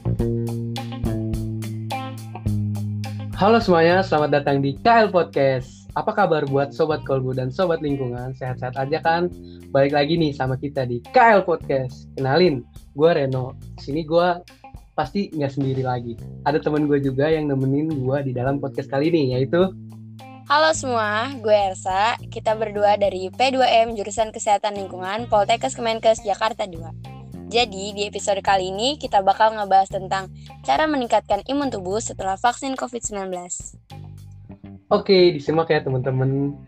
Halo semuanya, selamat datang di KL Podcast. Apa kabar buat Sobat Kolbu dan Sobat Lingkungan? Sehat-sehat aja kan? Balik lagi nih sama kita di KL Podcast. Kenalin, gue Reno. Sini gue pasti nggak sendiri lagi. Ada temen gue juga yang nemenin gue di dalam podcast kali ini, yaitu... Halo semua, gue Ersa. Kita berdua dari P2M Jurusan Kesehatan Lingkungan Poltekkes Kemenkes Jakarta 2. Jadi di episode kali ini kita bakal ngebahas tentang cara meningkatkan imun tubuh setelah vaksin COVID-19. Oke, disimak ya teman-teman.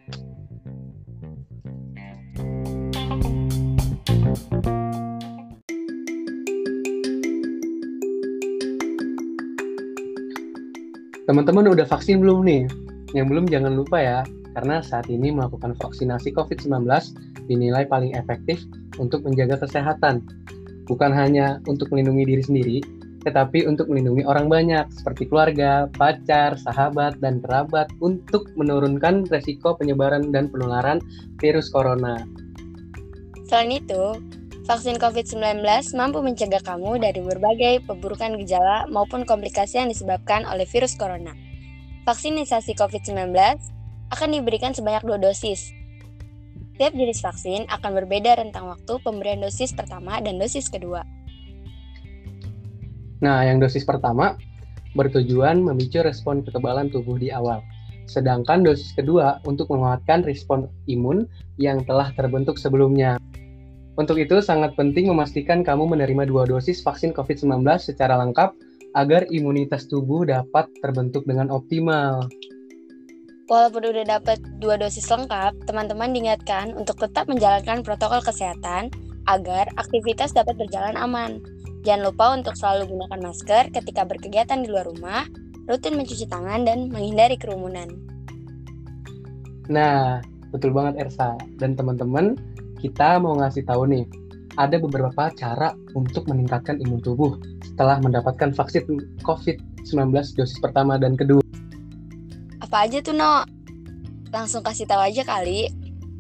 Teman-teman udah vaksin belum nih? Yang belum jangan lupa ya, karena saat ini melakukan vaksinasi COVID-19 dinilai paling efektif untuk menjaga kesehatan. Bukan hanya untuk melindungi diri sendiri, tetapi untuk melindungi orang banyak, seperti keluarga, pacar, sahabat, dan kerabat, untuk menurunkan resiko penyebaran dan penularan virus corona. Selain itu, vaksin COVID-19 mampu mencegah kamu dari berbagai perburukan gejala maupun komplikasi yang disebabkan oleh virus corona. Vaksinisasi COVID-19 akan diberikan sebanyak 2 dosis. Setiap jenis vaksin akan berbeda rentang waktu pemberian dosis pertama dan dosis kedua. Nah, yang dosis pertama bertujuan memicu respon kekebalan tubuh di awal. Sedangkan dosis kedua untuk menguatkan respon imun yang telah terbentuk sebelumnya. Untuk itu, sangat penting memastikan kamu menerima 2 dosis vaksin COVID-19 secara lengkap agar imunitas tubuh dapat terbentuk dengan optimal. Walaupun udah dapat 2 dosis lengkap, teman-teman diingatkan untuk tetap menjalankan protokol kesehatan agar aktivitas dapat berjalan aman. Jangan lupa untuk selalu gunakan masker ketika berkegiatan di luar rumah, rutin mencuci tangan, dan menghindari kerumunan. Nah, betul banget Ersa. Dan teman-teman, kita mau ngasih tahu nih, ada beberapa cara untuk meningkatkan imun tubuh setelah mendapatkan vaksin COVID-19 dosis pertama dan kedua. Apa aja tuh, No? Langsung kasih tahu aja kali.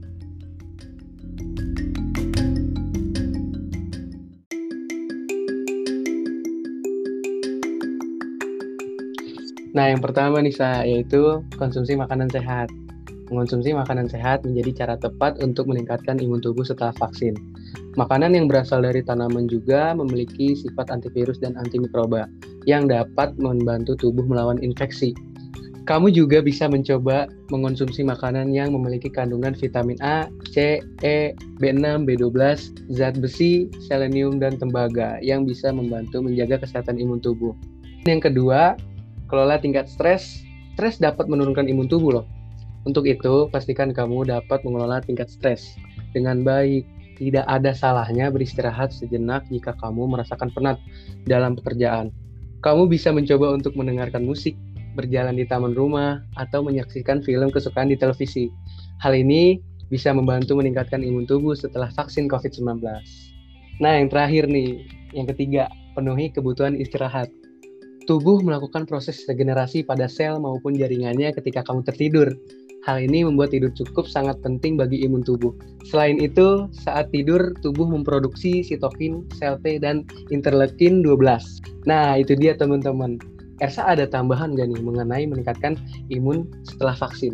Nah, yang pertama nih, yaitu konsumsi makanan sehat. Mengonsumsi makanan sehat menjadi cara tepat untuk meningkatkan imun tubuh setelah vaksin. Makanan yang berasal dari tanaman juga memiliki sifat antivirus dan antimikroba yang dapat membantu tubuh melawan infeksi. Kamu juga bisa mencoba mengonsumsi makanan yang memiliki kandungan vitamin A, C, E, B6, B12, zat besi, selenium, dan tembaga yang bisa membantu menjaga kesehatan imun tubuh. Yang kedua, kelola tingkat stres. Stres dapat menurunkan imun tubuh loh. Untuk itu, pastikan kamu dapat mengelola tingkat stres dengan baik. Tidak ada salahnya beristirahat sejenak jika kamu merasakan penat dalam pekerjaan. Kamu bisa mencoba untuk mendengarkan musik, berjalan di taman rumah, atau menyaksikan film kesukaan di televisi. Hal ini bisa membantu meningkatkan imun tubuh setelah vaksin COVID-19. Nah, yang terakhir nih, yang ketiga, penuhi kebutuhan istirahat. Tubuh melakukan proses regenerasi pada sel maupun jaringannya ketika kamu tertidur. Hal ini membuat tidur cukup sangat penting bagi imun tubuh. Selain itu, saat tidur, tubuh memproduksi sitokin, sel T, dan interleukin 12. Nah, itu dia teman-teman. Ersa ada tambahan nggak nih mengenai meningkatkan imun setelah vaksin?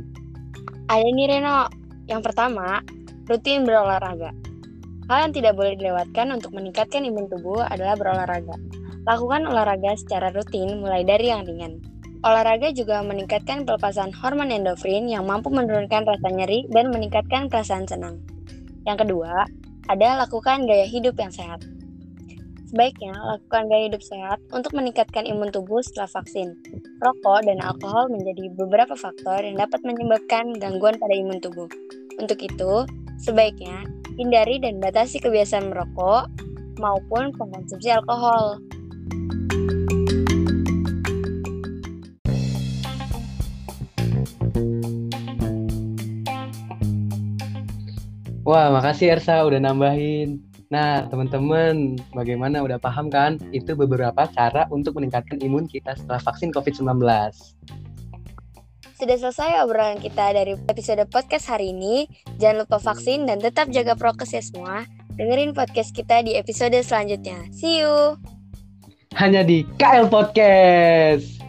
Ada nih, Reno. Yang pertama, rutin berolahraga. Hal yang tidak boleh dilewatkan untuk meningkatkan imun tubuh adalah berolahraga. Lakukan olahraga secara rutin mulai dari yang ringan. Olahraga juga meningkatkan pelepasan hormon endorfin yang mampu menurunkan rasa nyeri dan meningkatkan perasaan senang. Yang kedua, ada lakukan gaya hidup yang sehat. Sebaiknya lakukan gaya hidup sehat untuk meningkatkan imun tubuh setelah vaksin. Rokok dan alkohol menjadi beberapa faktor yang dapat menyebabkan gangguan pada imun tubuh. Untuk itu, sebaiknya hindari dan batasi kebiasaan merokok maupun mengkonsumsi alkohol. Wah, makasih Ersa udah nambahin. Nah, teman-teman, bagaimana udah paham kan? Itu beberapa cara untuk meningkatkan imun kita setelah vaksin COVID-19. Sudah selesai obrolan kita dari episode podcast hari ini. Jangan lupa vaksin dan tetap jaga prokes ya semua. Dengerin podcast kita di episode selanjutnya. See you! hanya di KL Podcast.